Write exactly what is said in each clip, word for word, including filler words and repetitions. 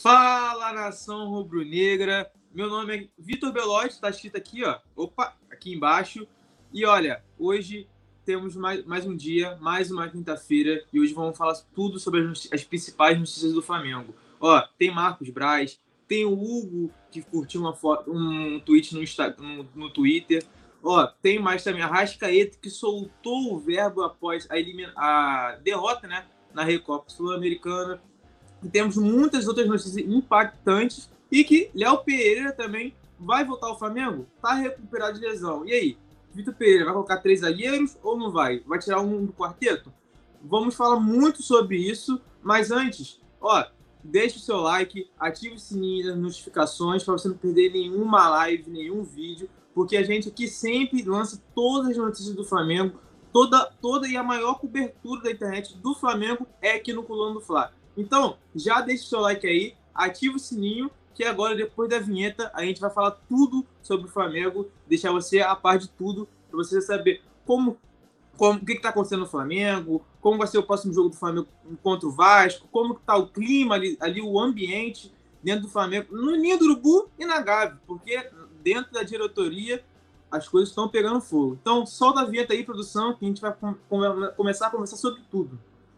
Fala, nação rubro-negra. Meu nome é Vitor Belotti, está escrito aqui, ó. Opa, aqui embaixo. E olha, hoje temos mais, mais um dia, mais uma quinta-feira, e hoje vamos falar tudo sobre as, as principais notícias do Flamengo. Ó, tem Marcos Braz, tem o Hugo, que curtiu uma foto, um tweet no, no, no Twitter. Ó, tem mais também a Arrascaeta, que soltou o verbo após a, elimina, a derrota, né, na Recopa Sul-Americana. E temos muitas outras notícias impactantes e que Léo Pereira também vai voltar ao Flamengo, tá recuperado de lesão. E aí, Vitor Pereira vai colocar três zagueiros ou não vai? Vai tirar um do quarteto? Vamos falar muito sobre isso, mas antes, ó, deixa o seu like, ative o sininho das notificações para você não perder nenhuma live, nenhum vídeo, porque a gente aqui sempre lança todas as notícias do Flamengo, toda, toda e a maior cobertura da internet do Flamengo é aqui no Coluna do Fla. Então, já deixa o seu like aí, ativa o sininho, que agora, depois da vinheta, a gente vai falar tudo sobre o Flamengo, deixar você a par de tudo, para você saber como, como, o que está acontecendo no Flamengo, como vai ser o próximo jogo do Flamengo contra o Vasco, como está o clima ali, ali, o ambiente dentro do Flamengo, no Ninho do Urubu e na Gávea, porque dentro da diretoria as coisas estão pegando fogo. Então, solta a vinheta aí, produção, que a gente vai com, com, começar a conversar sobre tudo.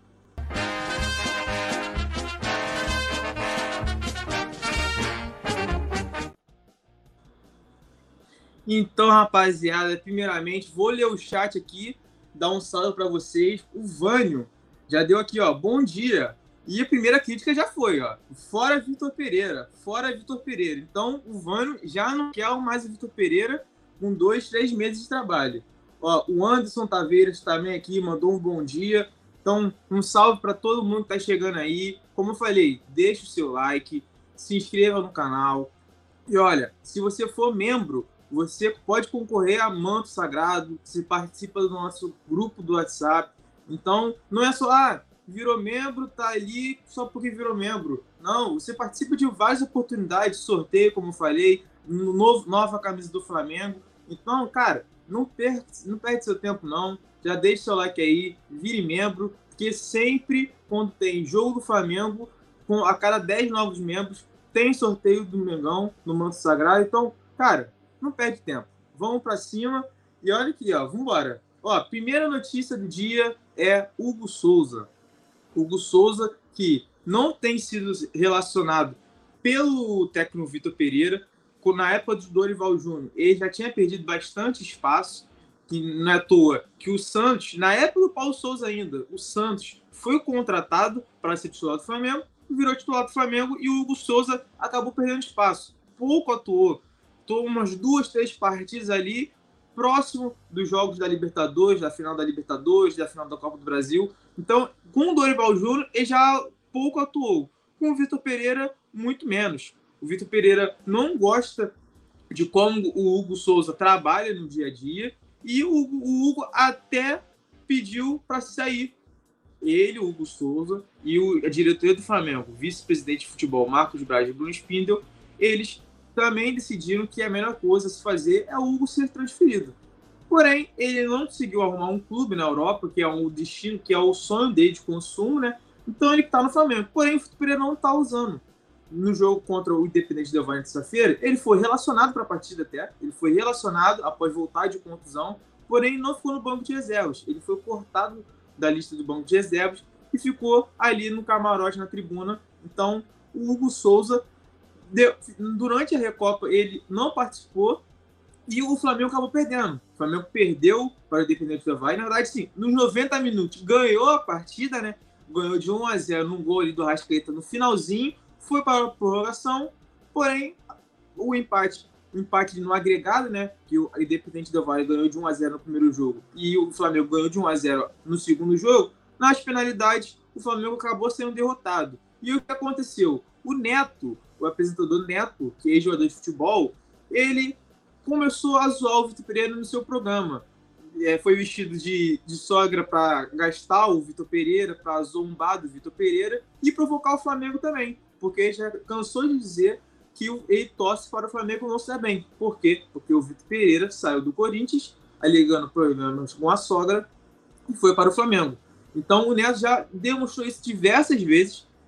Então, rapaziada, primeiramente, vou ler o chat aqui, dar um salve para vocês. O Vânio já deu aqui, ó, bom dia. E a primeira crítica já foi, ó, fora Vitor Pereira, fora Vitor Pereira. Então, o Vânio já não quer mais o Vitor Pereira com dois, três meses de trabalho. Ó, o Anderson Taveiras também aqui mandou um bom dia. Então, um salve para todo mundo que tá chegando aí. Como eu falei, deixa o seu like, se inscreva no canal. E olha, se você for membro, você pode concorrer a manto sagrado, você participa do nosso grupo do WhatsApp. Então, não é só, ah, virou membro, tá ali só porque virou membro. Não, você participa de várias oportunidades, sorteio, como eu falei, no novo, nova camisa do Flamengo. Então, cara, não perde, não perde seu tempo, não. Já deixa seu like aí, vire membro, porque sempre, quando tem jogo do Flamengo, com, a cada dez novos membros, tem sorteio do Mengão no manto sagrado. Então, cara, não perde tempo. Vamos para cima. E olha aqui, ó. Vambora. Ó, primeira notícia do dia é Hugo Souza. Hugo Souza, que não tem sido relacionado pelo técnico Vitor Pereira. Na época do Dorival Júnior, ele já tinha perdido bastante espaço. Que não é à toa que o Santos, na época do Paulo Souza ainda, o Santos foi contratado para ser titular do Flamengo, virou titular do Flamengo e o Hugo Souza acabou perdendo espaço. Pouco atuou. Estou umas duas, três partidas ali, próximo dos jogos da Libertadores, da final da Libertadores, da final da Copa do Brasil. Então, com o Dorival Júnior, ele já pouco atuou. Com o Vitor Pereira, muito menos. O Vitor Pereira não gosta de como o Hugo Souza trabalha no dia a dia e o Hugo, o Hugo até pediu para sair. Ele, o Hugo Souza, e o, a diretoria do Flamengo, o vice-presidente de futebol, Marcos Braz e Bruno Spindel, eles também decidiram que a melhor coisa a se fazer é o Hugo ser transferido. Porém, ele não conseguiu arrumar um clube na Europa, que é um destino, que é o sonho dele de consumo, né? Então ele está no Flamengo. Porém, o Vitor Pereira não está usando. No jogo contra o Independente Del Valle de terça-feira, ele foi relacionado para a partida até, ele foi relacionado após voltar de contusão, porém não ficou no banco de reservas. Ele foi cortado da lista do banco de reservas e ficou ali no camarote, na tribuna. Então, o Hugo Souza, durante a Recopa, ele não participou e o Flamengo acabou perdendo. O Flamengo perdeu para o Independente Del Valle. Na verdade, sim, nos noventa minutos ganhou a partida, né? Ganhou de um a zero num gol ali do Arrascaeta no finalzinho, foi para a prorrogação, porém o empate, o empate no agregado, né? Que o Independente Del Valle ganhou de um a zero no primeiro jogo e o Flamengo ganhou de um a zero no segundo jogo. Nas penalidades, o Flamengo acabou sendo derrotado. E o que aconteceu? O Neto, o apresentador Neto, que é jogador de futebol, ele começou a zoar o Vitor Pereira no seu programa. É, foi vestido de, de sogra para gastar o Vitor Pereira, para zombar do Vitor Pereira e provocar o Flamengo também, porque ele já cansou de dizer que ele torce para o Flamengo não se dar bem. Por quê? Porque o Vitor Pereira saiu do Corinthians, alegando problemas com a sogra, e foi para o Flamengo. Então o Neto já demonstrou isso diversas vezes.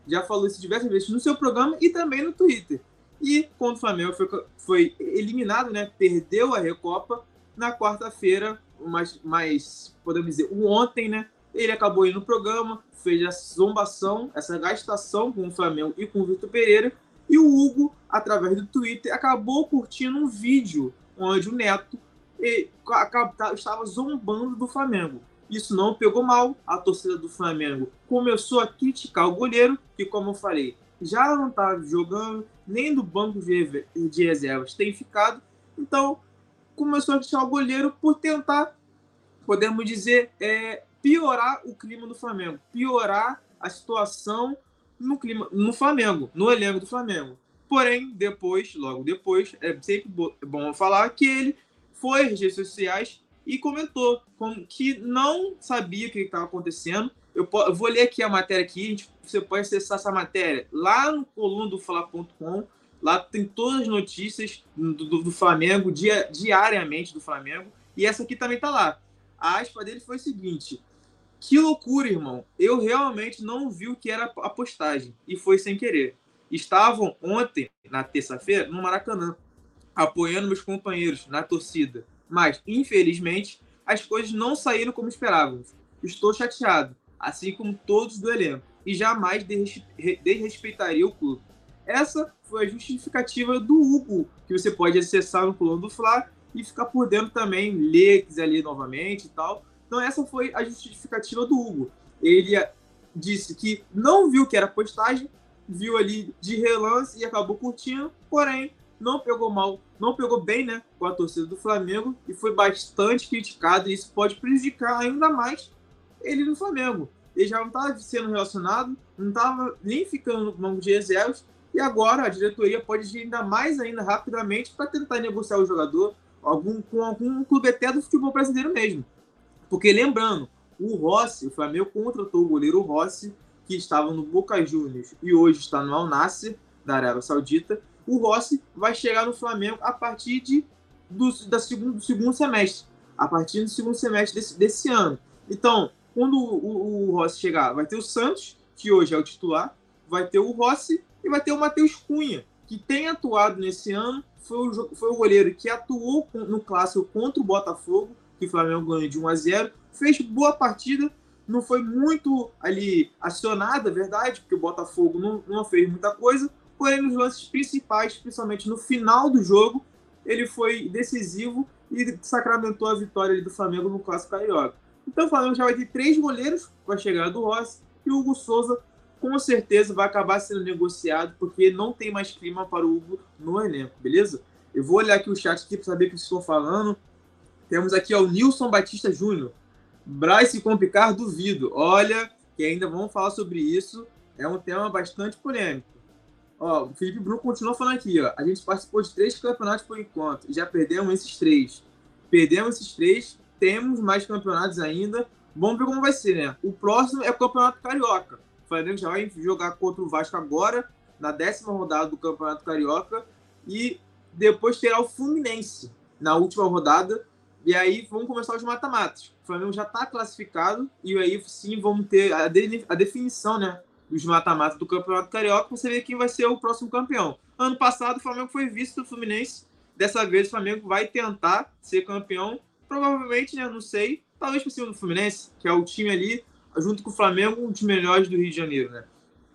já falou isso diversas vezes no seu programa e também no Twitter. E quando o Flamengo foi, foi eliminado, né, perdeu a Recopa, na quarta-feira, mas, mas podemos dizer, o ontem, né, ele acabou indo no programa, fez essa zombação, essa gastação com o Flamengo e com o Vitor Pereira, e o Hugo, através do Twitter, acabou curtindo um vídeo onde o Neto e, estava zombando do Flamengo. Isso não pegou mal, a torcida do Flamengo começou a criticar o goleiro, que, como eu falei, já não estava jogando, nem do banco de, de reservas tem ficado, então começou a criticar o goleiro por tentar, podemos dizer, é, piorar o clima do Flamengo, piorar a situação no clima no Flamengo, no elenco do Flamengo. Porém, depois, logo depois, é sempre bom falar que ele foi às redes sociais e comentou que não sabia o que estava acontecendo. Eu, eu vou ler aqui a matéria aqui, a gente, você pode acessar essa matéria lá no coluna do Fla ponto com, lá tem todas as notícias do, do, do Flamengo, dia, diariamente do Flamengo, e essa aqui também tá lá. A aspa dele foi o seguinte: que loucura, irmão, eu realmente não vi o que era a postagem, e foi sem querer. Estavam ontem, na terça-feira, no Maracanã, apoiando meus companheiros na torcida, mas, infelizmente, as coisas não saíram como esperávamos. Estou chateado, assim como todos do elenco, e jamais desrespeitaria o clube. Essa foi a justificativa do Hugo, que você pode acessar no Coluna do Fla e ficar por dentro também, ler, quiser ler novamente e tal. Então essa foi a justificativa do Hugo. Ele disse que não viu que era postagem, viu ali de relance e acabou curtindo, porém não pegou mal, não pegou bem, né, com a torcida do Flamengo e foi bastante criticado, e isso pode prejudicar ainda mais ele no Flamengo. Ele já não estava sendo relacionado, não estava nem ficando no banco de reservas, e agora a diretoria pode agir ainda mais ainda rapidamente para tentar negociar o jogador algum, com algum clube até do futebol brasileiro mesmo. Porque lembrando, o Rossi, o Flamengo contratou o goleiro Rossi, que estava no Boca Juniors e hoje está no Al Nassr, da Arábia Saudita. O Rossi vai chegar no Flamengo a partir de, do, da segundo, do segundo semestre, a partir do segundo semestre desse, desse ano. Então, quando o, o, o Rossi chegar, vai ter o Santos, que hoje é o titular, vai ter o Rossi e vai ter o Matheus Cunha, que tem atuado nesse ano, foi o, foi o goleiro que atuou no clássico contra o Botafogo, que o Flamengo ganhou de um a zero, fez boa partida, não foi muito ali acionado, é verdade, porque o Botafogo não, não fez muita coisa, porém nos lances principais, principalmente no final do jogo, ele foi decisivo e sacramentou a vitória do Flamengo no Clássico Carioca. Então o Flamengo já vai ter três goleiros com a chegada do Rossi, e o Hugo Souza com certeza vai acabar sendo negociado, porque não tem mais clima para o Hugo no elenco, beleza? Eu vou olhar aqui o chat aqui para saber o que estou falando. Temos aqui ó, o Nilson Batista Júnior. Braz complicar, duvido. Olha, que ainda vamos falar sobre isso. É um tema bastante polêmico. Ó, o Felipe Bruno continua falando aqui. Ó. A gente participou de três campeonatos por enquanto. Já perdemos esses três. Perdemos esses três. Temos mais campeonatos ainda. Vamos ver como vai ser, né? O próximo é o Campeonato Carioca. O Flamengo já vai jogar contra o Vasco agora, na décima rodada do Campeonato Carioca. E depois terá o Fluminense na última rodada. E aí vamos começar os mata-matas. O Flamengo já está classificado e aí sim vamos ter a, de, a definição, né, dos mata-matas do Campeonato Carioca para você ver quem vai ser o próximo campeão. Ano passado o Flamengo foi vice do Fluminense. Dessa vez o Flamengo vai tentar ser campeão. Provavelmente, né, não sei, talvez por cima do Fluminense, que é o time ali, junto com o Flamengo, um dos melhores do Rio de Janeiro, né?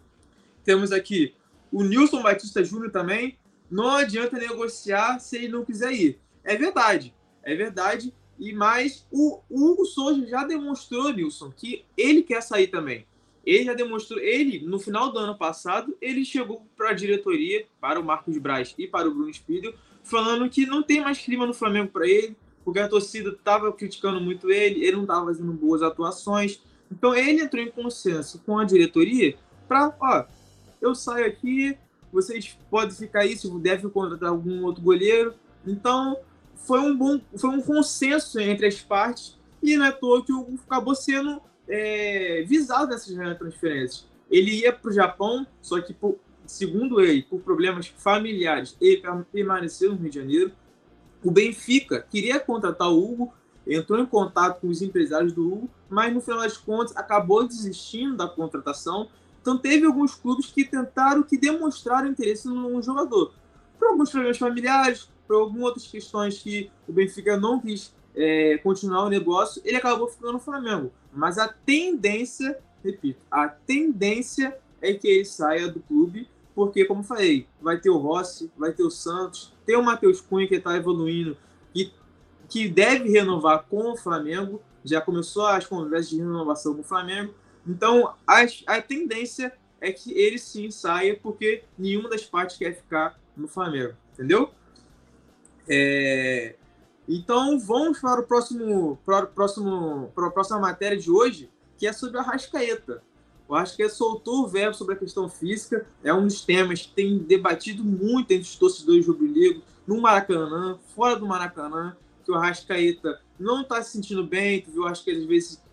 Temos aqui o Nilson Batista Júnior também. Não adianta negociar se ele não quiser ir. É verdade. É verdade, e mais o, o Hugo Souza já demonstrou, Nilson, que ele quer sair também. Ele já demonstrou, ele, no final do ano passado, ele chegou para a diretoria, para o Marcos Braz e para o Bruno Spindel, falando que não tem mais clima no Flamengo para ele, porque a torcida estava criticando muito ele, ele não estava fazendo boas atuações. Então ele entrou em consenso com a diretoria para, ó, eu saio aqui, vocês podem ficar aí, se devem contratar algum outro goleiro. Então foi um bom, foi um consenso entre as partes, e não é à toa que o Hugo acabou sendo é, visado nessas transferências. Ele ia para o Japão, só que, por, segundo ele, por problemas familiares, ele permaneceu no Rio de Janeiro. O Benfica queria contratar o Hugo, entrou em contato com os empresários do Hugo, mas no final das contas acabou desistindo da contratação, Então teve alguns clubes que tentaram, que demonstraram interesse no jogador. Por alguns problemas familiares, por algumas outras questões que o Benfica não quis é, continuar o negócio, ele acabou ficando no Flamengo. Mas a tendência, repito, a tendência é que ele saia do clube, porque, como eu falei, vai ter o Rossi, vai ter o Santos, tem o Matheus Cunha, que está evoluindo, que, que deve renovar com o Flamengo, já começou as conversas de renovação com o Flamengo. Então, a, a tendência é que ele sim saia, porque nenhuma das partes quer ficar no Flamengo, entendeu? É... Então, vamos para o próximo, para o próximo, para a próxima matéria de hoje, que é sobre a Arrascaeta. O Arrascaeta soltou o verbo sobre a questão física, é um dos temas que tem debatido muito entre os torcedores rubro-negros, no Maracanã, fora do Maracanã, que o Arrascaeta não está se sentindo bem, tu viu o Arrascaeta às vezes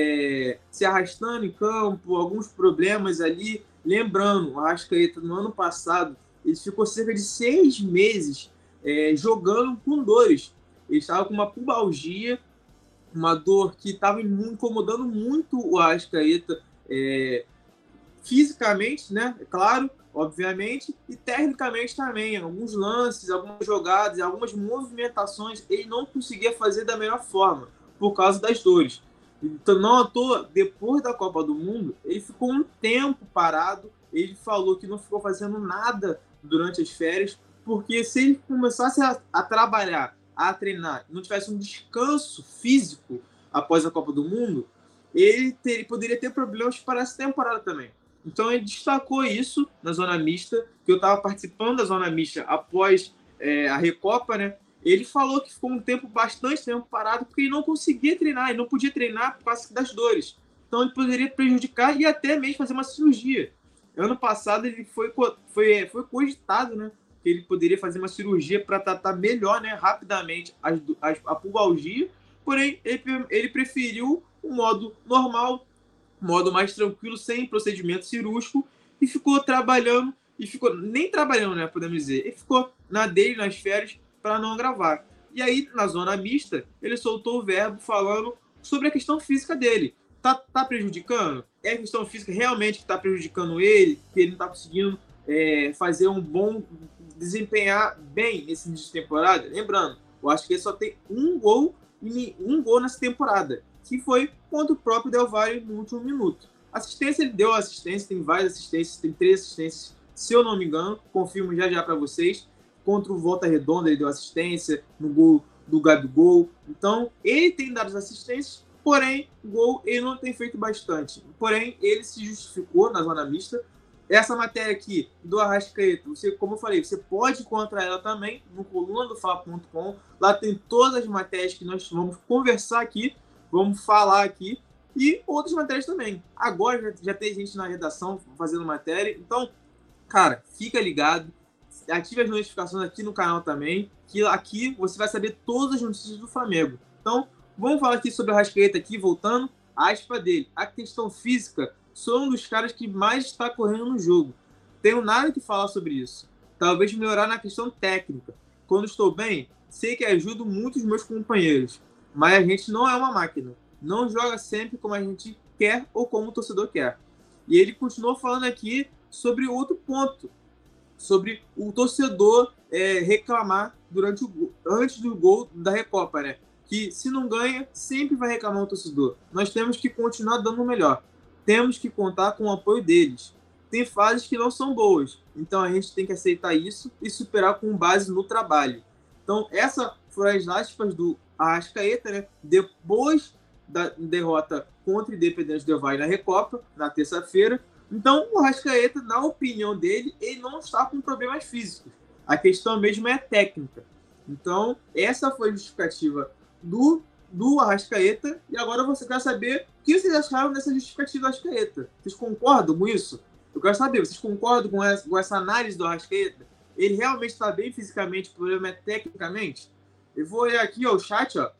é, se arrastando em campo, alguns problemas ali. Lembrando, o Arrascaeta no ano passado, ele ficou cerca de seis meses é, jogando com dores. Ele estava com uma pubalgia, uma dor que estava incomodando muito o Arrascaeta, é, fisicamente, né? É claro, obviamente, e tecnicamente também. Alguns lances, algumas jogadas, algumas movimentações, ele não conseguia fazer da melhor forma, por causa das dores. Então, não à toa, depois da Copa do Mundo, ele ficou um tempo parado. Ele falou que não ficou fazendo nada durante as férias, porque se ele começasse a, a trabalhar, a treinar, não tivesse um descanso físico após a Copa do Mundo, ele, ter, ele poderia ter problemas para essa temporada também. Então ele destacou isso na zona mista, que eu estava participando da zona mista após é, a Recopa, né? Ele falou que ficou um tempo, bastante tempo parado, porque ele não conseguia treinar, ele não podia treinar por causa das dores. Então ele poderia prejudicar e até mesmo fazer uma cirurgia. Ano passado ele foi, foi, foi cogitado, né? Que ele poderia fazer uma cirurgia para tratar melhor, né, rapidamente, as, as, a pubalgia, porém ele, ele preferiu o modo normal, modo mais tranquilo, sem procedimento cirúrgico, e ficou trabalhando, e ficou nem trabalhando, né, podemos dizer, ele ficou na dele, nas férias, para não gravar. E aí, na zona mista, ele soltou o verbo falando sobre a questão física dele. Tá, tá prejudicando? É a questão física realmente que está prejudicando ele, que ele não está conseguindo é, fazer um bom... desempenhar bem nesse início de temporada? Lembrando, eu acho que ele só tem um gol, um gol nessa temporada, que foi contra o próprio Del Valle no último minuto. Assistência, ele deu assistência, tem várias assistências, tem três assistências, se eu não me engano, confirmo já já para vocês. Contra o Volta Redonda ele deu assistência, no gol do Gabigol. Então, ele tem dado as assistências, porém, o gol ele não tem feito bastante. Porém, ele se justificou na zona mista. Essa matéria aqui do Arrascaeta, você, como eu falei, você pode encontrar ela também no coluna do Fla ponto com. Lá tem todas as matérias que nós vamos conversar aqui, vamos falar aqui, e outras matérias também. Agora já, já tem gente na redação fazendo matéria. Então, cara, fica ligado. Ative as notificações aqui no canal também, que aqui você vai saber todas as notícias do Flamengo. Então, vamos falar aqui sobre o Arrascaeta aqui, voltando. A aspa dele, a questão física, sou um dos caras que mais está correndo no jogo. Tenho nada que falar sobre isso. Talvez melhorar na questão técnica. Quando estou bem, sei que ajudo muito os meus companheiros. Mas a gente não é uma máquina. Não joga sempre como a gente quer ou como o torcedor quer. E ele continuou falando aqui sobre outro ponto. Sobre o torcedor é, reclamar durante o, antes do gol da Recopa, né? Que se não ganha, sempre vai reclamar o torcedor. Nós temos que continuar dando o melhor. Temos que contar com o apoio deles. Tem fases que não são boas, então a gente tem que aceitar isso e superar com base no trabalho. Então, essas foram as aspas do Arrascaeta, né? Depois da derrota contra o Independente Del Valle na Recopa, na terça-feira. Então, o Arrascaeta, na opinião dele, ele não está com problemas físicos. A questão mesmo é técnica. Então, essa foi a justificativa do, do Arrascaeta. E agora você quer saber o que vocês acharam dessa justificativa do Arrascaeta. Vocês concordam com isso? Eu quero saber, vocês concordam com essa, com essa análise do Arrascaeta? Ele realmente está bem fisicamente, o problema é tecnicamente? Eu vou olhar aqui ó, o chat, ó.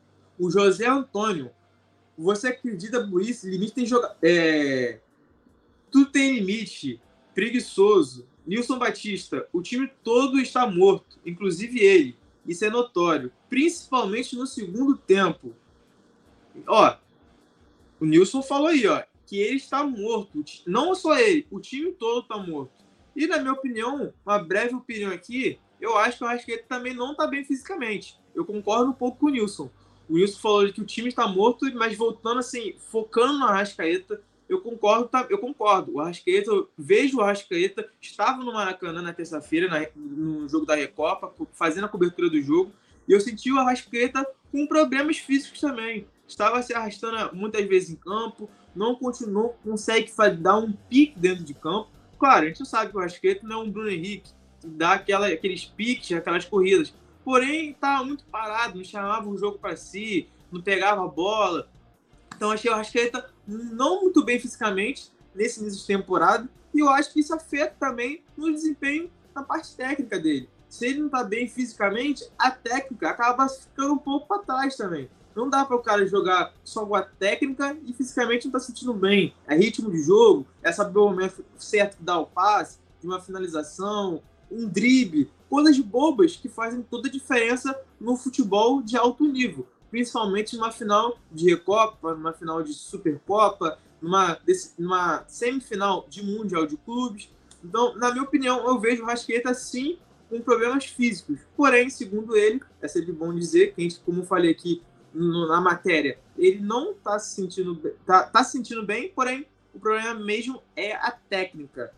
O José Antônio. Você acredita por isso? Limite tem jogar. É... Tudo tem limite. Preguiçoso. Nilson Batista. O time todo está morto, inclusive ele. Isso é notório. Principalmente no segundo tempo. Ó, o Nilson falou aí, ó. que ele está morto. Não só ele, o time todo está morto. E, na minha opinião, uma breve opinião aqui, eu acho que o Arrascaeta também não está bem fisicamente. Eu concordo um pouco com o Nilson. O Nilson falou que o time está morto, mas voltando assim, focando no Arrascaeta, eu concordo, tá, eu concordo. O Arrascaeta, eu vejo o Arrascaeta, estava no Maracanã na terça-feira, no jogo da Recopa, fazendo a cobertura do jogo, e eu senti o Arrascaeta com problemas físicos também. Estava se arrastando muitas vezes em campo, não continuou, consegue dar um pique dentro de campo. Claro, a gente sabe que o Arrascaeta não é um Bruno Henrique, que dá aquela, aqueles piques, aquelas corridas. Porém, estava muito parado, não chamava o jogo para si, não pegava a bola. Então, achei o Arrascaeta não muito bem fisicamente nesse início de temporada. E eu acho que isso afeta também no desempenho na parte técnica dele. Se ele não está bem fisicamente, a técnica acaba ficando um pouco para trás também. Não dá para o cara jogar só com a técnica e fisicamente não está se sentindo bem. É ritmo de jogo, é saber o momento certo de dar o passe, de uma finalização, um drible, coisas bobas que fazem toda a diferença no futebol de alto nível, principalmente numa final de Recopa, numa final de Supercopa, numa, numa semifinal de Mundial de Clubes. Então, na minha opinião, eu vejo o Arrascaeta sim com problemas físicos. Porém, segundo ele, é sempre bom dizer que, a gente, como eu falei aqui no, na matéria, ele não está se sentindo, tá, tá se sentindo bem, porém, o problema mesmo é a técnica.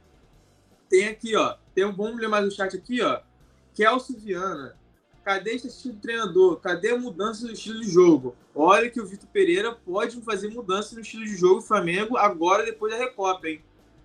Tem aqui, ó, tem um, vamos ler mais o chat aqui, ó, Kelso Viana. Cadê esse estilo de treinador? Cadê a mudança do estilo de jogo? Olha que o Vitor Pereira pode fazer mudança no estilo de jogo do Flamengo agora, depois da Recopa, hein?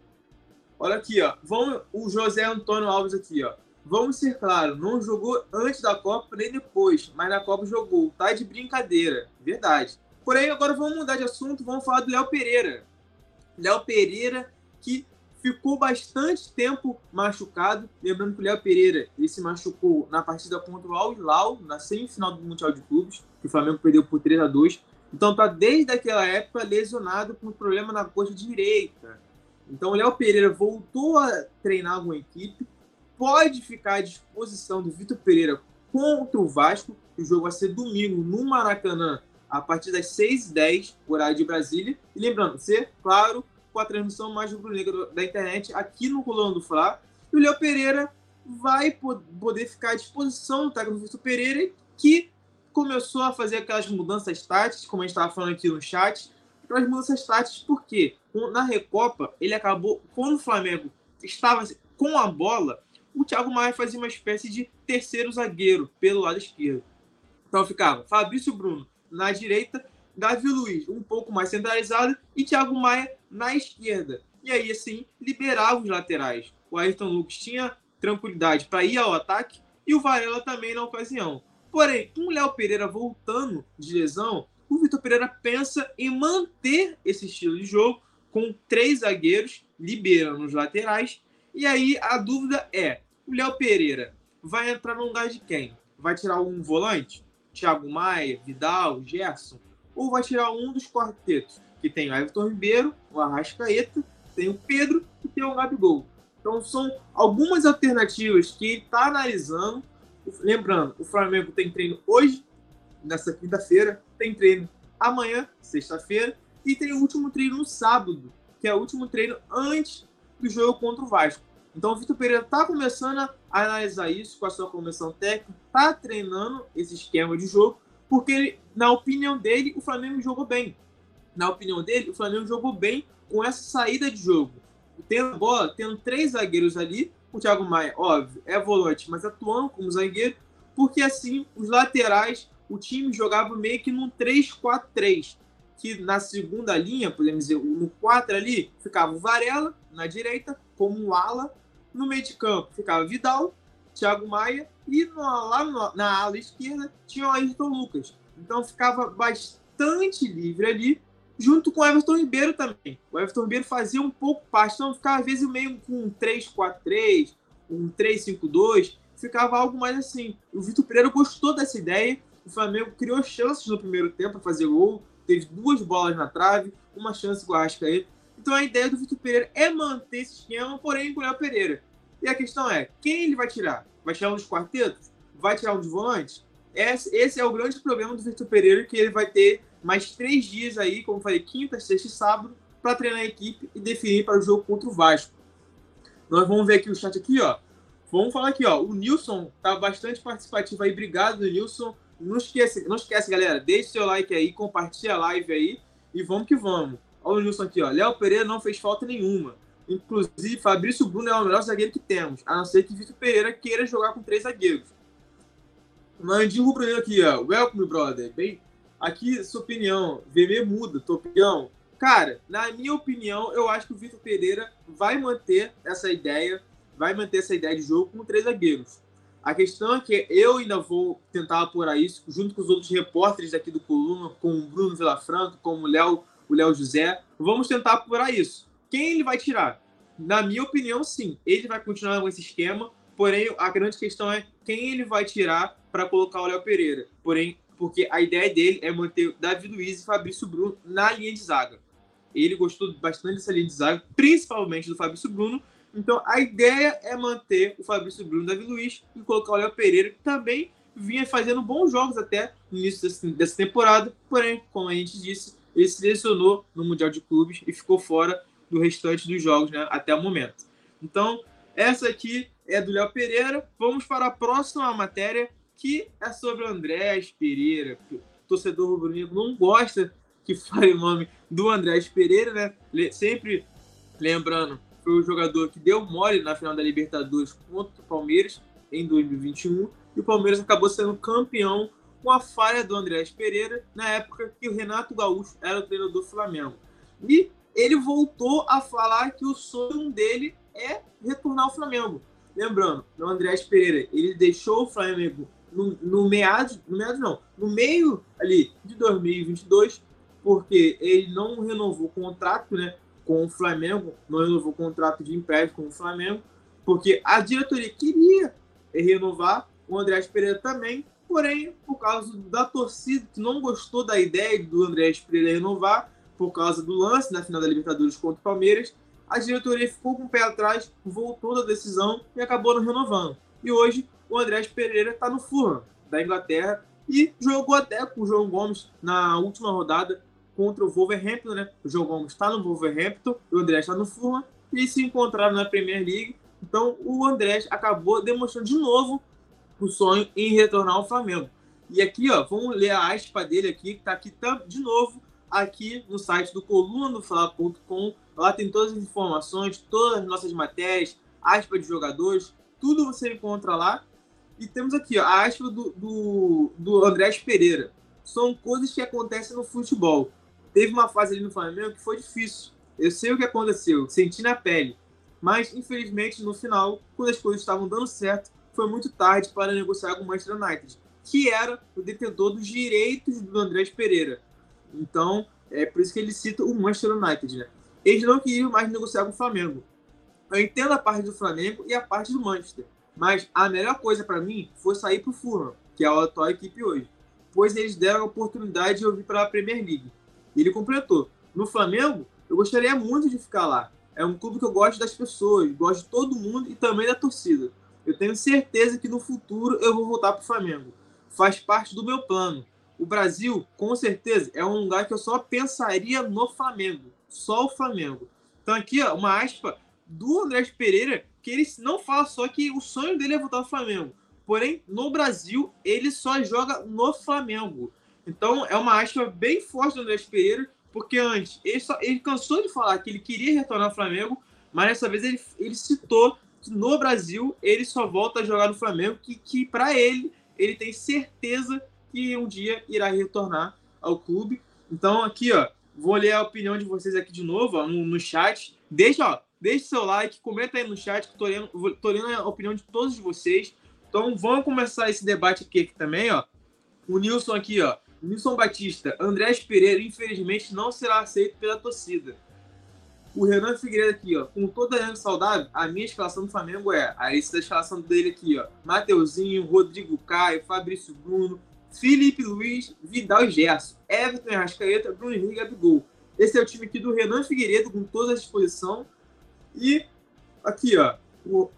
Olha aqui, ó. Vamos, o José Antônio Alves aqui, ó. Vamos ser claros, não jogou antes da Copa nem depois, mas na Copa jogou. Tá de brincadeira. Verdade. Porém, agora vamos mudar de assunto, vamos falar do Léo Pereira. Léo Pereira, que ficou bastante tempo machucado. Lembrando que o Léo Pereira ele se machucou na partida contra o Al Hilal, na semifinal do Mundial de Clubes, que o Flamengo perdeu por três a dois. Então tá desde aquela época lesionado com problema na coxa direita. Então o Léo Pereira voltou a treinar com a equipe, pode ficar à disposição do Vitor Pereira contra o Vasco. O jogo vai ser domingo no Maracanã, a partir das seis e dez, horário de Brasília. E lembrando, ser, claro, com a transmissão mais rubro-negra da internet aqui no Colão do Fla. E o Léo Pereira vai poder ficar à disposição do técnico Vitor Pereira, que começou a fazer aquelas mudanças táticas, como a gente estava falando aqui no chat, aquelas mudanças táticas, porque na Recopa, ele acabou, quando o Flamengo estava com a bola, o Thiago Maia fazia uma espécie de terceiro zagueiro pelo lado esquerdo. Então ficava Fabrício Bruno na direita, Davi Luiz um pouco mais centralizado e Thiago Maia na esquerda. E aí, assim, liberava os laterais. O Ayrton Lucas tinha tranquilidade para ir ao ataque e o Varela também na ocasião. Porém, com o Léo Pereira voltando de lesão, o Vitor Pereira pensa em manter esse estilo de jogo com três zagueiros, liberando os laterais. E aí a dúvida é, o Léo Pereira vai entrar no lugar de quem? Vai tirar um volante? Thiago Maia, Vidal, Gerson? Ou vai tirar um dos quartetos? Que tem o Everton Ribeiro, o Arrascaeta, tem o Pedro e tem o Gabigol. Então são algumas alternativas que ele está analisando. Lembrando, o Flamengo tem treino hoje, nessa quinta-feira, tem treino amanhã, sexta-feira, e tem o último treino no sábado, que é o último treino antes do jogo contra o Vasco. Então o Vitor Pereira está começando a analisar isso com a sua comissão técnica, está treinando esse esquema de jogo, porque ele, na opinião dele, o Flamengo jogou bem. Na opinião dele, o Flamengo jogou bem com essa saída de jogo. Tendo a bola, tendo três zagueiros ali, o Thiago Maia, óbvio, é volante, mas atuando como zagueiro, porque assim, os laterais, o time jogava meio que num três quatro três, que na segunda linha, podemos dizer, no quatro ali, ficava o Varela, na direita, como um ala. No meio de campo ficava Vidal, Thiago Maia, e no, lá no, na ala esquerda tinha o Ayrton Lucas. Então ficava bastante livre ali, junto com o Everton Ribeiro também. O Everton Ribeiro fazia um pouco parte, então ficava às vezes meio com um três quatro três, um três cinco dois, ficava algo mais assim. O Vitor Pereira gostou dessa ideia, o Flamengo criou chances no primeiro tempo para fazer gol, teve duas bolas na trave, uma chance com o Arrascaeta. Então a ideia do Vitor Pereira é manter esse esquema, porém com o Léo Pereira. E a questão é, quem ele vai tirar? Vai tirar um dos quartetos? Vai tirar um dos volantes? Esse, esse é o grande problema do Vitor Pereira, que ele vai ter mais três dias aí, como eu falei, quinta, sexta e sábado, para treinar a equipe e definir para o jogo contra o Vasco. Nós vamos ver aqui o chat aqui, ó. Vamos falar aqui, ó. O Nilson tá bastante participativo aí. Obrigado, Nilson. Não esquece, não esquece, galera. Deixe seu like aí, compartilha a live aí e vamos que vamos. Olha o Nilson aqui, ó. Léo Pereira não fez falta nenhuma. Inclusive, Fabrício Bruno é o melhor zagueiro que temos, a não ser que Vitor Pereira queira jogar com três zagueiros. Nandinho Rubro aqui, ó. Welcome, brother. Bem, aqui, sua opinião. V M muda, tua opinião. Cara, na minha opinião, eu acho que o Vitor Pereira vai manter essa ideia, vai manter essa ideia de jogo com três zagueiros. A questão é que eu ainda vou tentar apurar isso, junto com os outros repórteres daqui do Coluna, com o Bruno Vilafranco, com o Léo, o Léo José. Vamos tentar apurar isso. Quem ele vai tirar? Na minha opinião, sim. Ele vai continuar com esse esquema, porém, a grande questão é quem ele vai tirar para colocar o Léo Pereira. Porém, porque a ideia dele é manter Davi Luiz e Fabrício Bruno na linha de zaga. Ele gostou bastante dessa linha de zaga, principalmente do Fabrício Bruno. Então, a ideia é manter o Fabrício Bruno e o Davi Luiz e colocar o Léo Pereira, que também vinha fazendo bons jogos até no início dessa temporada. Porém, como a gente disse, ele se lesionou no Mundial de Clubes e ficou fora do restante dos jogos, né, até o momento. Então, essa aqui é do Léo Pereira. Vamos para a próxima matéria, que é sobre o Andrés Pereira. O torcedor rubro-negro não gosta que fale o nome do Andrés Pereira, né? Sempre lembrando, foi o jogador que deu mole na final da Libertadores contra o Palmeiras em dois mil e vinte e um, e o Palmeiras acabou sendo campeão com a falha do Andrés Pereira, na época que o Renato Gaúcho era o treinador do Flamengo. E ele voltou a falar que o sonho dele é retornar ao Flamengo. Lembrando, o Andrés Pereira, ele deixou o Flamengo no, no meado, no meado não, no meio ali de dois mil e vinte e dois, porque ele não renovou o contrato, né, com o Flamengo, não renovou o contrato de empréstimo com o Flamengo, porque a diretoria queria renovar, o Andrés Pereira também, porém, por causa da torcida que não gostou da ideia do Andrés Pereira renovar, por causa do lance na final da Libertadores contra o Palmeiras, a diretoria ficou com o pé atrás, voltou da decisão e acabou não renovando. E hoje, o Andrés Pereira está no Fulham, da Inglaterra, e jogou até com o João Gomes na última rodada contra o Wolverhampton, né? O João Gomes está no Wolverhampton, o Andrés está no Fulham, e eles se encontraram na Premier League. Então, o Andrés acabou demonstrando de novo o sonho em retornar ao Flamengo. E aqui, ó, vamos ler a aspa dele aqui, que está aqui de novo, aqui no site do coluna do fla ponto com. Lá tem todas as informações, todas as nossas matérias, aspas de jogadores, tudo você encontra lá. E temos aqui, ó, a aspa do, do, do Andrés Pereira. São coisas que acontecem no futebol. Teve uma fase ali no Flamengo que foi difícil. Eu sei o que aconteceu, senti na pele. Mas, infelizmente, no final, quando as coisas estavam dando certo, foi muito tarde para negociar com o Manchester United, que era o detentor dos direitos do Andrés Pereira. Então, é por isso que ele cita o Manchester United, né? Eles não queriam mais negociar com o Flamengo. Eu entendo a parte do Flamengo e a parte do Manchester, mas a melhor coisa para mim foi sair para o Fulham, que é a atual equipe hoje, pois eles deram a oportunidade de eu vir para a Premier League. E ele completou. No Flamengo, eu gostaria muito de ficar lá. É um clube que eu gosto das pessoas, gosto de todo mundo e também da torcida. Eu tenho certeza que no futuro eu vou voltar para o Flamengo. Faz parte do meu plano. O Brasil, com certeza, é um lugar que eu só pensaria no Flamengo. Só o Flamengo. Então aqui, ó, uma aspa do Andrés Pereira, que ele não fala só que o sonho dele é voltar ao Flamengo. Porém, no Brasil, ele só joga no Flamengo. Então, é uma aspa bem forte do Andrés Pereira, porque antes, ele, só, ele cansou de falar que ele queria retornar ao Flamengo, mas dessa vez ele, ele citou que no Brasil, ele só volta a jogar no Flamengo, que, que para ele, ele tem certeza que um dia irá retornar ao clube. Então, aqui, ó, vou ler a opinião de vocês aqui de novo, ó, no, no chat. Deixa, ó, deixa seu like, comenta aí no chat, que eu tô lendo, tô lendo a opinião de todos vocês. Então, vamos começar esse debate aqui, aqui também, ó. O Nilson aqui, ó. Nilson Batista. Andrés Pereira, infelizmente, não será aceito pela torcida. O Renan Figueiredo aqui, ó. Com toda a elenco saudável, a minha escalação do Flamengo é... A lista da escalação dele aqui, ó. Mateuzinho, Rodrigo Caio, Fabrício Bruno, Felipe Luiz, Vidal e Gerson, Everton, Arrascaeta, Bruno Henrique e Gabigol. Esse é o time aqui do Renan Figueiredo, com toda a disposição. E aqui, ó. O...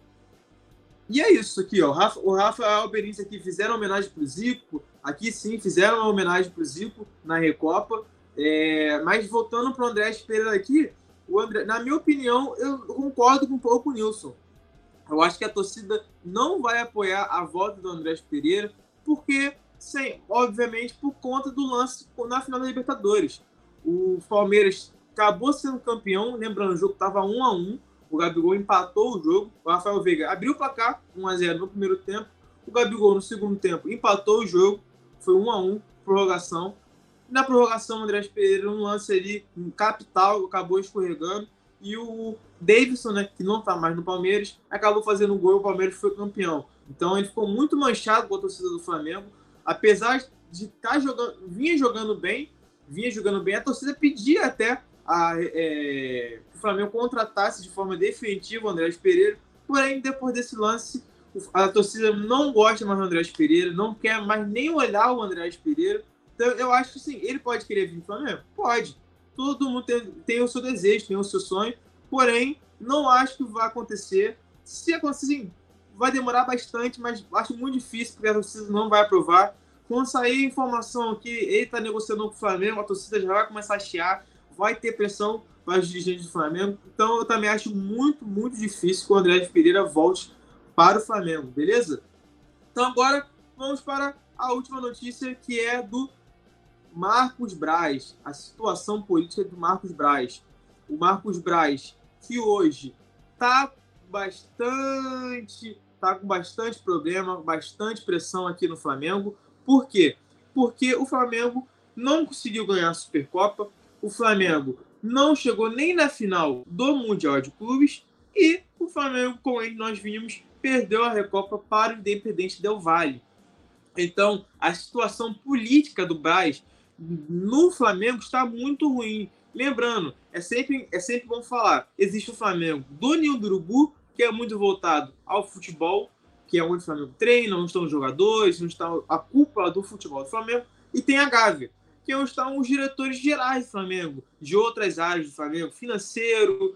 E é isso aqui, ó. O Rafa, o Rafa e a Alberice aqui fizeram homenagem pro Zico. Aqui sim, fizeram uma homenagem pro Zico na Recopa. É... Mas voltando pro Andrés Pereira aqui, o André, na minha opinião, eu concordo com um pouco com o Nilson. Eu acho que a torcida não vai apoiar a volta do Andrés Pereira, porque, sem, obviamente, por conta do lance na final da Libertadores. O Palmeiras acabou sendo campeão, lembrando, o jogo estava um a um, o Gabigol empatou o jogo, o Rafael Veiga abriu o placar, um a zero no primeiro tempo, o Gabigol no segundo tempo empatou o jogo, foi um a um, prorrogação. Na prorrogação, o Andrés Pereira, um lance ali, um capital, acabou escorregando, e o Davidson, né, que não está mais no Palmeiras, acabou fazendo o gol e o Palmeiras foi campeão. Então ele ficou muito manchado com a torcida do Flamengo, apesar de estar tá jogando, vinha jogando bem, vinha jogando bem, a torcida pedia até a, é, que o Flamengo contratasse de forma definitiva o Andrés Pereira, porém depois desse lance a torcida não gosta mais do Andrés Pereira, não quer mais nem olhar o Andrés Pereira. Então eu acho que sim, ele pode querer vir para o Flamengo? Pode. Todo mundo tem, tem o seu desejo, tem o seu sonho, porém, não acho que vai acontecer. Se acontecer, sim, vai demorar bastante, mas acho muito difícil, porque a torcida não vai aprovar. Quando sair informação que ele está negociando com o Flamengo, a torcida já vai começar a chiar, vai ter pressão para os dirigentes do Flamengo. Então, eu também acho muito, muito difícil que o André Pereira volte para o Flamengo, beleza? Então, agora, vamos para a última notícia, que é do Marcos Braz, a situação política do Marcos Braz. O Marcos Braz, que hoje está bastante, tá com bastante problema, bastante pressão aqui no Flamengo. Por quê? Porque o Flamengo não conseguiu ganhar a Supercopa, o Flamengo não chegou nem na final do Mundial de Clubes e o Flamengo, como nós vimos, perdeu a Recopa para o Independente Del Valle. Então, a situação política do Braz no Flamengo está muito ruim. Lembrando, é sempre, é sempre bom falar, existe o Flamengo do Ninho do Urubu, que é muito voltado ao futebol, que é onde o Flamengo treina, onde estão os jogadores, onde está a cúpula do futebol do Flamengo, e tem a Gávea, que é onde estão os diretores gerais do Flamengo, de outras áreas do Flamengo, financeiro,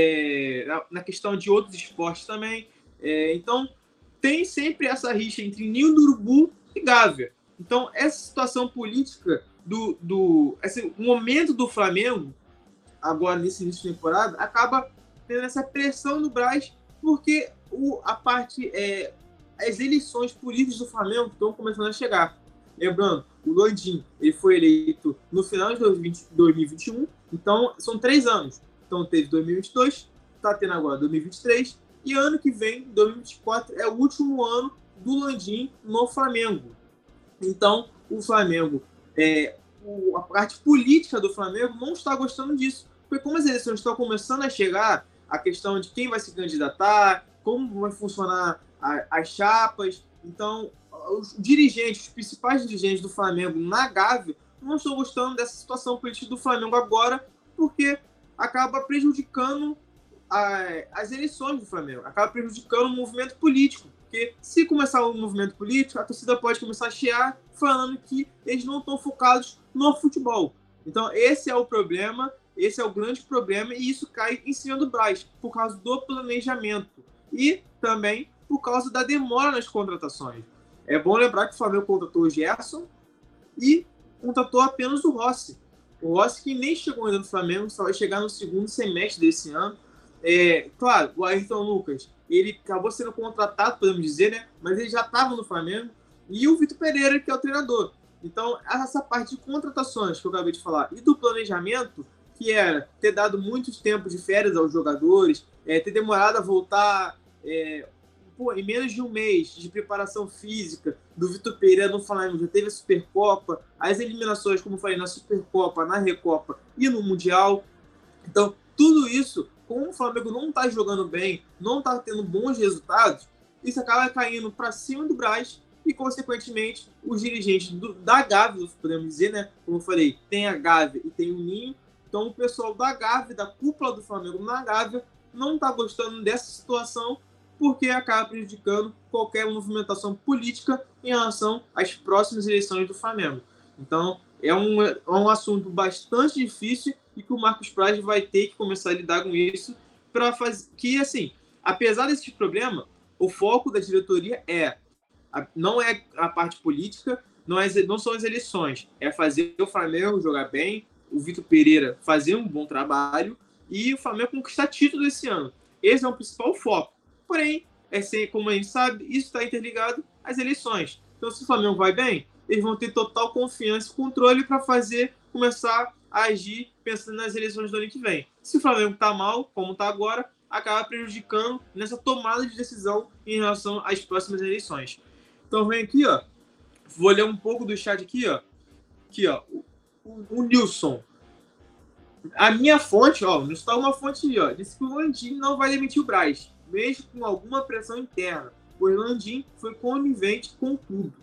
é, na questão de outros esportes também. É, então, tem sempre essa rixa entre Ninho do Urubu e Gávea. Então, essa situação política do, do esse momento do Flamengo, agora nesse início de temporada, acaba tendo essa pressão no Braz, porque o, a parte, é, as eleições políticas do Flamengo estão começando a chegar. Lembrando, o Landim ele foi eleito no final de dois mil e vinte e um, então são três anos. Então teve dois mil e vinte e dois, está tendo agora dois mil e vinte e três, e ano que vem, dois mil e vinte e quatro, é o último ano do Landim no Flamengo. Então, o Flamengo, é, o, a parte política do Flamengo não está gostando disso. Porque como as eleições estão começando a chegar, a questão de quem vai se candidatar, como vai funcionar a, as chapas, então os dirigentes, os principais dirigentes do Flamengo na Gávea não estão gostando dessa situação política do Flamengo agora, porque acaba prejudicando a, as eleições do Flamengo, acaba prejudicando o movimento político. Porque se começar um movimento político, a torcida pode começar a chiar falando que eles não estão focados no futebol. Então, esse é o problema, esse é o grande problema, e isso cai em cima do Braz, por causa do planejamento. E também por causa da demora nas contratações. É bom lembrar que o Flamengo contratou o Gerson e contratou apenas o Rossi. O Rossi que nem chegou ainda no Flamengo, só vai chegar no segundo semestre desse ano. É, claro, o Ayrton Lucas, ele acabou sendo contratado, podemos dizer, né? Mas ele já estava no Flamengo. E o Vitor Pereira, que é o treinador. Então, essa parte de contratações que eu acabei de falar e do planejamento, que era ter dado muitos tempos de férias aos jogadores, é, ter demorado a voltar é, pô, em menos de um mês de preparação física do Vitor Pereira no Flamengo, já teve a Supercopa, as eliminações, como eu falei, na Supercopa, na Recopa e no Mundial. Então, tudo isso, como o Flamengo não está jogando bem, não está tendo bons resultados, isso acaba caindo para cima do Braz e, consequentemente, os dirigentes do, da Gávea, podemos dizer, né? Como eu falei, tem a Gávea e tem o Ninho. Então, o pessoal da Gávea, da cúpula do Flamengo na Gávea, não está gostando dessa situação porque acaba prejudicando qualquer movimentação política em relação às próximas eleições do Flamengo. Então, é um, é um assunto bastante difícil e que o Marcos Braz vai ter que começar a lidar com isso para fazer que, assim, apesar desse problema, o foco da diretoria é a, não é a parte política, não, é, não são as eleições, é fazer o Flamengo jogar bem, o Vitor Pereira fazer um bom trabalho e o Flamengo conquistar título esse ano. Esse é o principal foco. Porém, é sem, como a gente sabe, isso está interligado às eleições. Então, se o Flamengo vai bem, eles vão ter total confiança e controle para fazer, começar a agir pensando nas eleições do ano que vem. Se o Flamengo está mal, como está agora, acaba prejudicando nessa tomada de decisão em relação às próximas eleições. Então, vem aqui, ó. Vou ler um pouco do chat aqui, ó. Aqui, ó. O, o, o Nilson. A minha fonte, ó, não está uma fonte aí, ó, disse que o Landim não vai demitir o Braz, mesmo com alguma pressão interna, pois Landim foi conivente com tudo.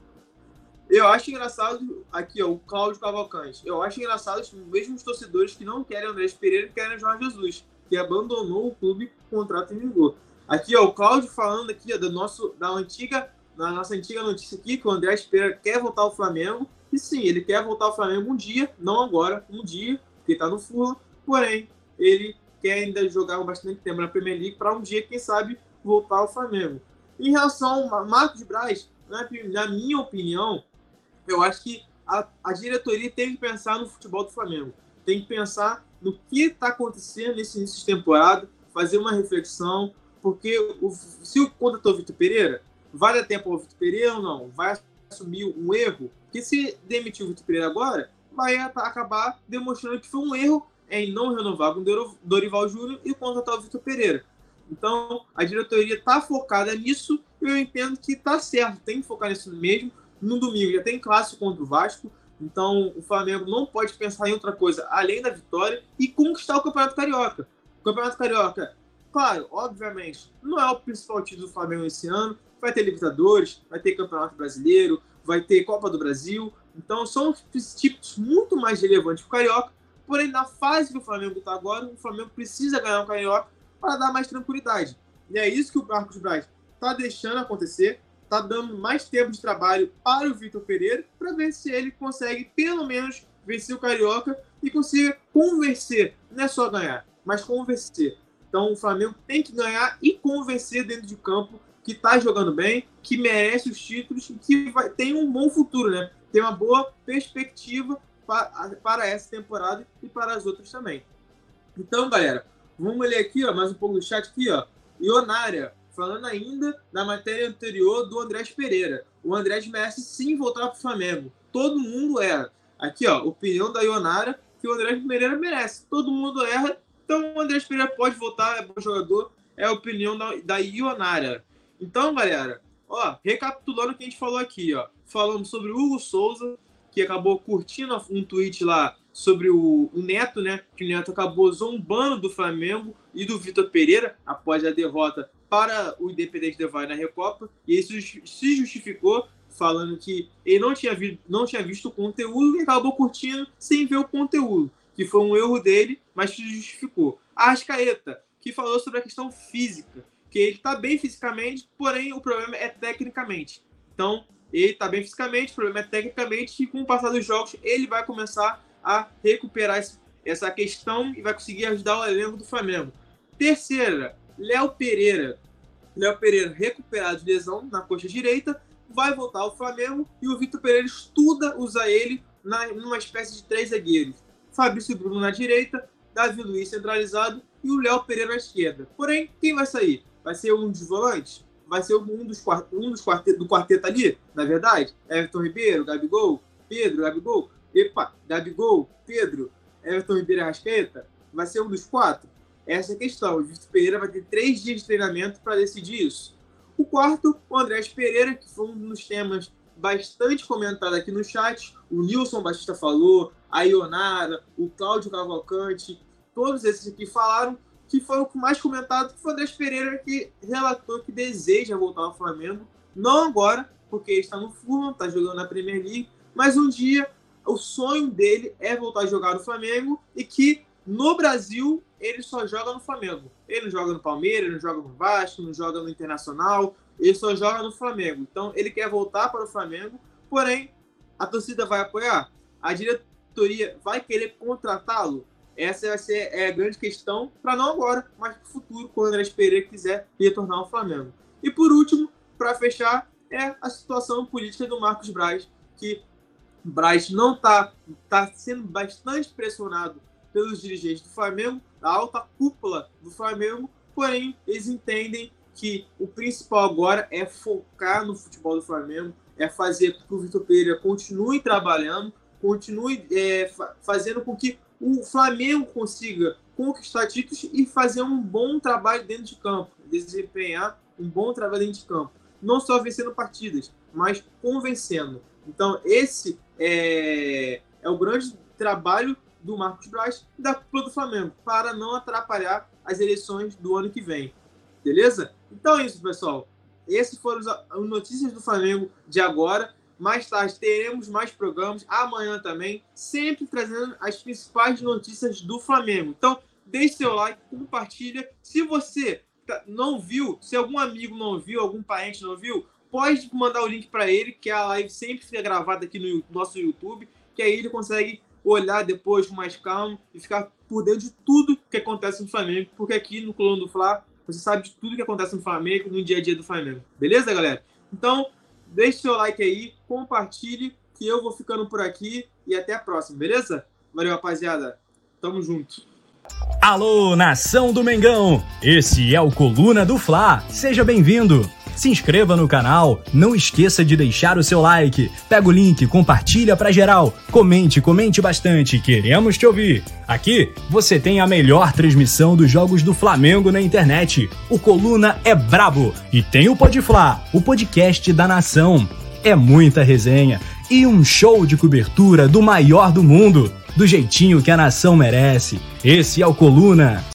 Eu acho engraçado, aqui, ó, o Cláudio Cavalcante, eu acho engraçado os mesmos torcedores que não querem Andrés Pereira e querem Jorge Jesus, que abandonou o clube, o contrato e vingou. Aqui, ó, o Cláudio falando aqui, ó, do nosso, da antiga, na nossa antiga notícia aqui, que o Andrés Pereira quer voltar ao Flamengo, e sim, ele quer voltar ao Flamengo um dia, não agora, um dia, que está no Fulham, porém, ele quer ainda jogar bastante tempo na Premier League para um dia, quem sabe, voltar ao Flamengo. Em relação ao Marcos Braz, na, na minha opinião, eu acho que a, a diretoria tem que pensar no futebol do Flamengo. Tem que pensar no que está acontecendo nesse início de temporada, fazer uma reflexão, porque o, se o contratou o Vitor Pereira, vai dar tempo ao Vitor Pereira ou não? Vai assumir um erro? Porque se demitir o Vitor Pereira agora, vai acabar demonstrando que foi um erro em não renovar com o Dorival Júnior e contratar o Vitor Pereira. Então, a diretoria está focada nisso e eu entendo que está certo, tem que focar nisso mesmo. No domingo já tem clássico contra o Vasco, então o Flamengo não pode pensar em outra coisa além da vitória e conquistar o Campeonato Carioca. O Campeonato Carioca, claro, obviamente, não é o principal título do Flamengo esse ano, vai ter Libertadores, vai ter Campeonato Brasileiro, vai ter Copa do Brasil. Então, são títulos muito mais relevantes para o Carioca. Porém, na fase que o Flamengo está agora, o Flamengo precisa ganhar o Carioca para dar mais tranquilidade. E é isso que o Marcos Braz está deixando acontecer. Está dando mais tempo de trabalho para o Vitor Pereira para ver se ele consegue, pelo menos, vencer o Carioca e consiga convencer. Não é só ganhar, mas convencer. Então, o Flamengo tem que ganhar e convencer dentro de campo que está jogando bem, que merece os títulos e que vai, tem um bom futuro, né? Tem uma boa perspectiva para, para essa temporada e para as outras também. Então, galera, vamos ler aqui, ó, mais um pouco do chat aqui, ó. Ionária, falando ainda da matéria anterior do Andrés Pereira. O Andrés merece sim voltar para o Flamengo. Todo mundo erra. Aqui, ó, opinião da Ionária, que o Andrés Pereira merece. Todo mundo erra, então o Andrés Pereira pode voltar, é bom jogador. É a opinião da, da Ionária. Então, galera, ó, recapitulando o que a gente falou aqui, ó. Falamos sobre o Hugo Souza, que acabou curtindo um tweet lá sobre o, o Neto, né? Que o Neto acabou zombando do Flamengo e do Vitor Pereira após a derrota para o Independente Del Valle na Recopa. E isso se justificou, falando que ele não tinha, vi, não tinha visto o conteúdo e acabou curtindo sem ver o conteúdo, que foi um erro dele, mas se justificou. A Arrascaeta, que falou sobre a questão física, que ele está bem fisicamente, porém o problema é tecnicamente. Então, ele está bem fisicamente, o problema é tecnicamente, e com o passar dos jogos, ele vai começar a recuperar essa questão e vai conseguir ajudar o elenco do Flamengo. Terceira, Léo Pereira. Léo Pereira, recuperado de lesão na coxa direita, vai voltar ao Flamengo e o Vitor Pereira estuda usar ele na, numa espécie de três zagueiros. Fabrício Bruno na direita, Davi Luiz centralizado e o Léo Pereira na esquerda. Porém, quem vai sair? Vai ser um dos volantes? Vai ser um dos, um dos quarteto, do quarteto ali, na verdade? Everton Ribeiro, Gabigol, Pedro, Gabigol, epa, Gabigol, Pedro, Everton Ribeiro e Arrascaeta? Vai ser um dos quatro? Essa é a questão. O Vitor Pereira vai ter três dias de treinamento para decidir isso. O quarto, o Andrés Pereira, que foi um dos temas bastante comentado aqui no chat. O Nilson Batista falou, a Ionara, o Cláudio Cavalcante, todos esses aqui falaram, que foi o mais comentado, que foi o Andrés Pereira, que relatou que deseja voltar ao Flamengo, não agora, porque ele está no Fulham, está jogando na Premier League, mas um dia o sonho dele é voltar a jogar no Flamengo e que no Brasil ele só joga no Flamengo. Ele não joga no Palmeiras, ele não joga no Vasco, não joga no Internacional, ele só joga no Flamengo. Então ele quer voltar para o Flamengo, porém a torcida vai apoiar? A diretoria vai querer contratá-lo? Essa vai ser é a grande questão, para não agora, mas para o futuro, quando o Andrés Pereira quiser retornar ao Flamengo. E por último, para fechar, é a situação política do Marcos Braz, que Braz não está tá sendo bastante pressionado pelos dirigentes do Flamengo, a alta cúpula do Flamengo, porém eles entendem que o principal agora é focar no futebol do Flamengo, é fazer com que o Vitor Pereira continue trabalhando, continue é, fazendo com que o Flamengo consiga conquistar títulos e fazer um bom trabalho dentro de campo, desempenhar um bom trabalho dentro de campo. Não só vencendo partidas, mas convencendo. Então, esse é, é o grande trabalho do Marcos Braz e da cúpula do Flamengo, para não atrapalhar as eleições do ano que vem. Beleza? Então é isso, pessoal. Essas foram as notícias do Flamengo de agora. Mais tarde teremos mais programas, amanhã também, sempre trazendo as principais notícias do Flamengo. Então, deixe seu like, compartilha. Se você não viu, se algum amigo não viu, algum parente não viu, pode mandar o link para ele, que a live sempre fica gravada aqui no nosso YouTube, que aí ele consegue olhar depois com mais calma e ficar por dentro de tudo que acontece no Flamengo, porque aqui no Coluna do Fla você sabe de tudo que acontece no Flamengo, no dia a dia do Flamengo. Beleza, galera? Então, deixe seu like aí, compartilhe, que eu vou ficando por aqui e até a próxima, beleza? Valeu, rapaziada. Tamo junto. Alô, nação do Mengão! Esse é o Coluna do Fla. Seja bem-vindo! Se inscreva no canal, não esqueça de deixar o seu like, pega o link, compartilha pra geral, comente, comente bastante, queremos te ouvir. Aqui você tem a melhor transmissão dos jogos do Flamengo na internet. O Coluna é brabo e tem o Podfla, o podcast da nação. É muita resenha e um show de cobertura do maior do mundo, do jeitinho que a nação merece. Esse é o Coluna.